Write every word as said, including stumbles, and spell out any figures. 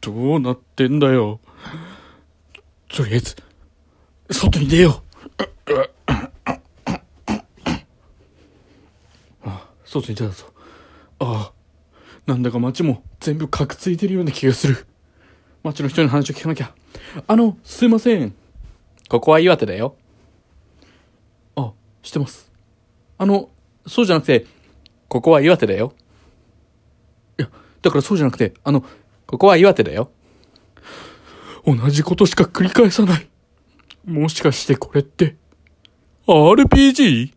どうなってんだよ。とりあえず外に出よう。あ、外に出たぞ。ああ、なんだか街も全部かくついてるような気がする。街の人に話を聞かなきゃ。あの、すいません。ここは岩手だよ。あ、知ってます。あの、そうじゃなくて、ここは岩手だよ。いや、だからそうじゃなくて、あの、ここは岩手だよ。同じことしか繰り返さない。もしかしてこれって、アールピージー？